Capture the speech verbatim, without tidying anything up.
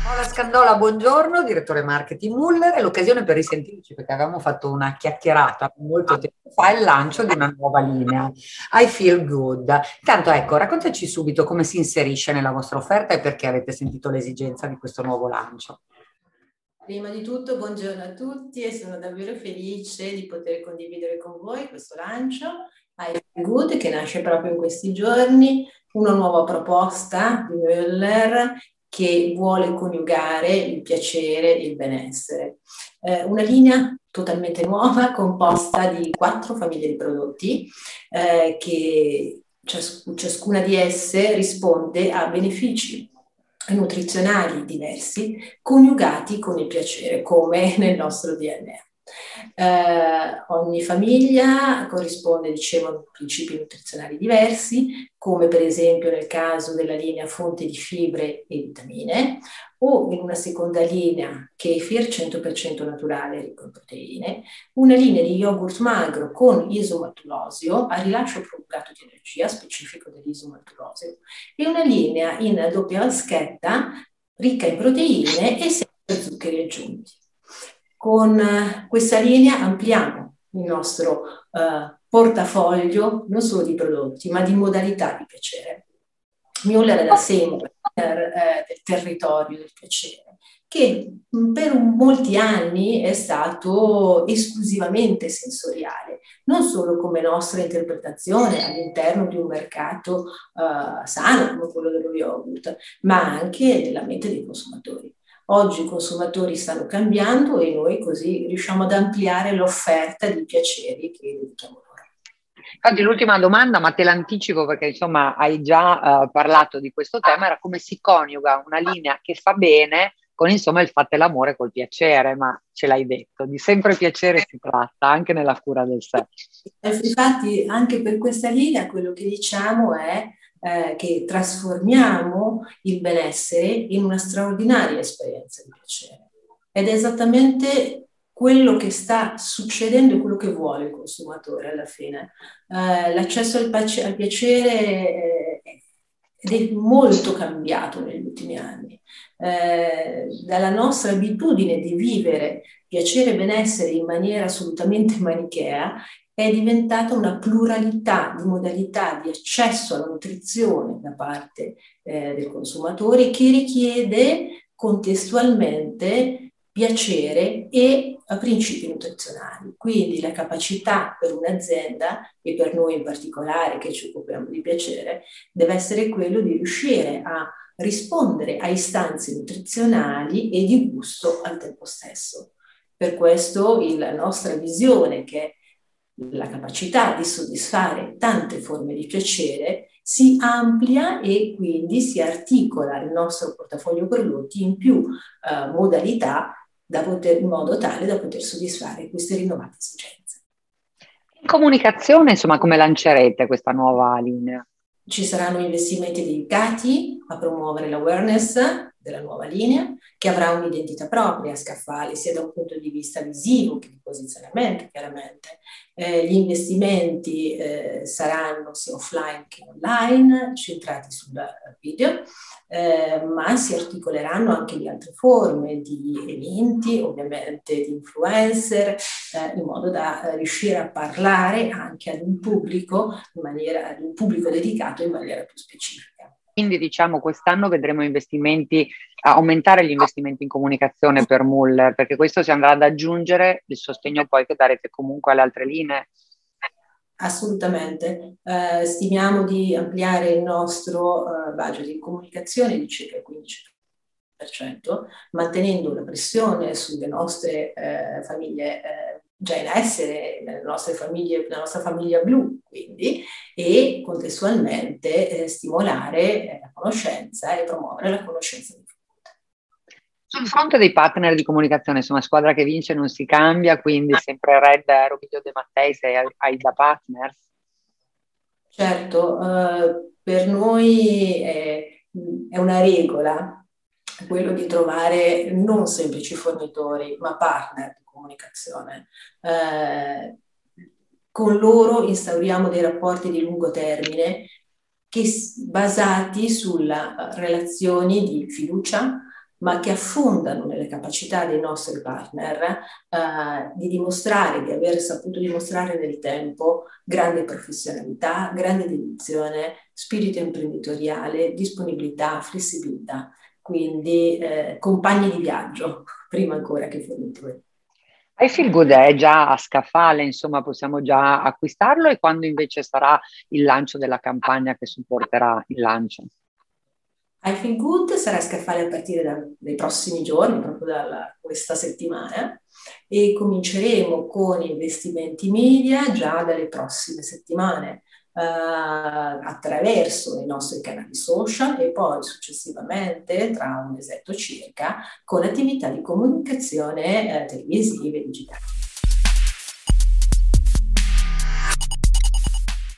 Paola Scandola, buongiorno, direttore marketing Muller, è l'occasione per risentirci perché avevamo fatto una chiacchierata molto tempo fa, il lancio di una nuova linea, I Feel Good. Intanto ecco, raccontaci subito come si inserisce nella vostra offerta e perché avete sentito l'esigenza di questo nuovo lancio. Prima di tutto, buongiorno a tutti e sono davvero felice di poter condividere con voi questo lancio I Feel Good che nasce proprio in questi giorni, una nuova proposta di Muller che vuole coniugare il piacere e il benessere. Eh, una linea totalmente nuova composta di quattro famiglie di prodotti eh, che cias- ciascuna di esse risponde a benefici nutrizionali diversi coniugati con il piacere, come nel nostro D N A. Eh, ogni famiglia corrisponde, dicevo, a principi nutrizionali diversi, come per esempio nel caso della linea fonte di fibre e vitamine, o in una seconda linea kefir cento per cento naturale ricco in proteine, una linea di yogurt magro con isomaltulosio a rilascio prolungato di energia specifico dell'isomaltulosio e una linea in doppia vaschetta ricca in proteine e senza zuccheri aggiunti. Con questa linea ampliamo il nostro uh, portafoglio non solo di prodotti, ma di modalità di piacere. Mueller è da sempre eh, del territorio del piacere, che per molti anni è stato esclusivamente sensoriale, non solo come nostra interpretazione all'interno di un mercato uh, sano come quello dello yogurt, ma anche nella mente dei consumatori. Oggi i consumatori stanno cambiando e noi così riusciamo ad ampliare l'offerta di piaceri che dedichiamo loro. Infatti l'ultima domanda, ma te l'anticipo perché insomma hai già uh, parlato di questo tema, era come si coniuga una linea che fa bene con insomma il fatto e l'amore col piacere, ma ce l'hai detto, di sempre piacere si tratta anche nella cura del sé. Infatti anche per questa linea quello che diciamo è eh, che trasformiamo il benessere in una straordinaria esperienza di piacere. Ed è esattamente quello che sta succedendo e quello che vuole il consumatore alla fine. Eh, l'accesso al, pace- al piacere è, è molto cambiato negli ultimi anni. Eh, dalla nostra abitudine di vivere piacere e benessere in maniera assolutamente manichea è diventata una pluralità di modalità di accesso alla nutrizione da parte eh, del consumatore che richiede contestualmente piacere e principi nutrizionali. Quindi la capacità per un'azienda e per noi in particolare che ci occupiamo di piacere deve essere quello di riuscire a rispondere a istanze nutrizionali e di gusto al tempo stesso. Per questo la nostra visione, che è la capacità di soddisfare tante forme di piacere, si amplia e quindi si articola il nostro portafoglio prodotti in più eh, modalità da poter, in modo tale da poter soddisfare queste rinnovate esigenze. In comunicazione, insomma, come lancerete questa nuova linea? Ci saranno investimenti dedicati a promuovere l'awareness della nuova linea, che avrà un'identità propria a scaffale, sia da un punto di vista visivo che di posizionamento, chiaramente. Eh, gli investimenti eh, saranno sia offline che online, centrati sul video, eh, ma si articoleranno anche di altre forme di eventi, ovviamente di influencer, eh, in modo da eh, riuscire a parlare anche ad un pubblico in maniera, ad un pubblico dedicato in maniera più specifica. Quindi diciamo quest'anno vedremo investimenti, aumentare gli investimenti in comunicazione per Muller, perché questo si andrà ad aggiungere il sostegno poi che darete comunque alle altre linee. Assolutamente. Eh, stimiamo di ampliare il nostro eh, budget di comunicazione di circa il quindici per cento, mantenendo la pressione sulle nostre eh, famiglie eh, già in essere, nelle nostre famiglie, la nostra famiglia blu, quindi, e contestualmente eh, stimolare eh, la conoscenza e promuovere la conoscenza di Sul fronte dei partner di comunicazione, insomma, squadra che vince non si cambia, quindi sempre Red, Robiglio De Mattei, sei hai da partners. Certo, eh, per noi è, è una regola quello di trovare non semplici fornitori, ma partner di comunicazione. Eh, con loro instauriamo dei rapporti di lungo termine che, basati sulle relazioni di fiducia, ma che affondano nelle capacità dei nostri partner eh, di dimostrare, di aver saputo dimostrare nel tempo grande professionalità, grande dedizione, spirito imprenditoriale, disponibilità, flessibilità. Quindi eh, compagni di viaggio, prima ancora che fornitori. I Feel Good è già a scaffale, insomma, possiamo già acquistarlo, e quando invece sarà il lancio della campagna che supporterà il lancio? I Feel Good sarà a scaffale a partire da, dai prossimi giorni, proprio da questa settimana, e cominceremo con investimenti media già dalle prossime settimane, eh, attraverso i nostri canali social, e poi successivamente, tra un mesetto circa, con attività di comunicazione eh, televisive e digitali.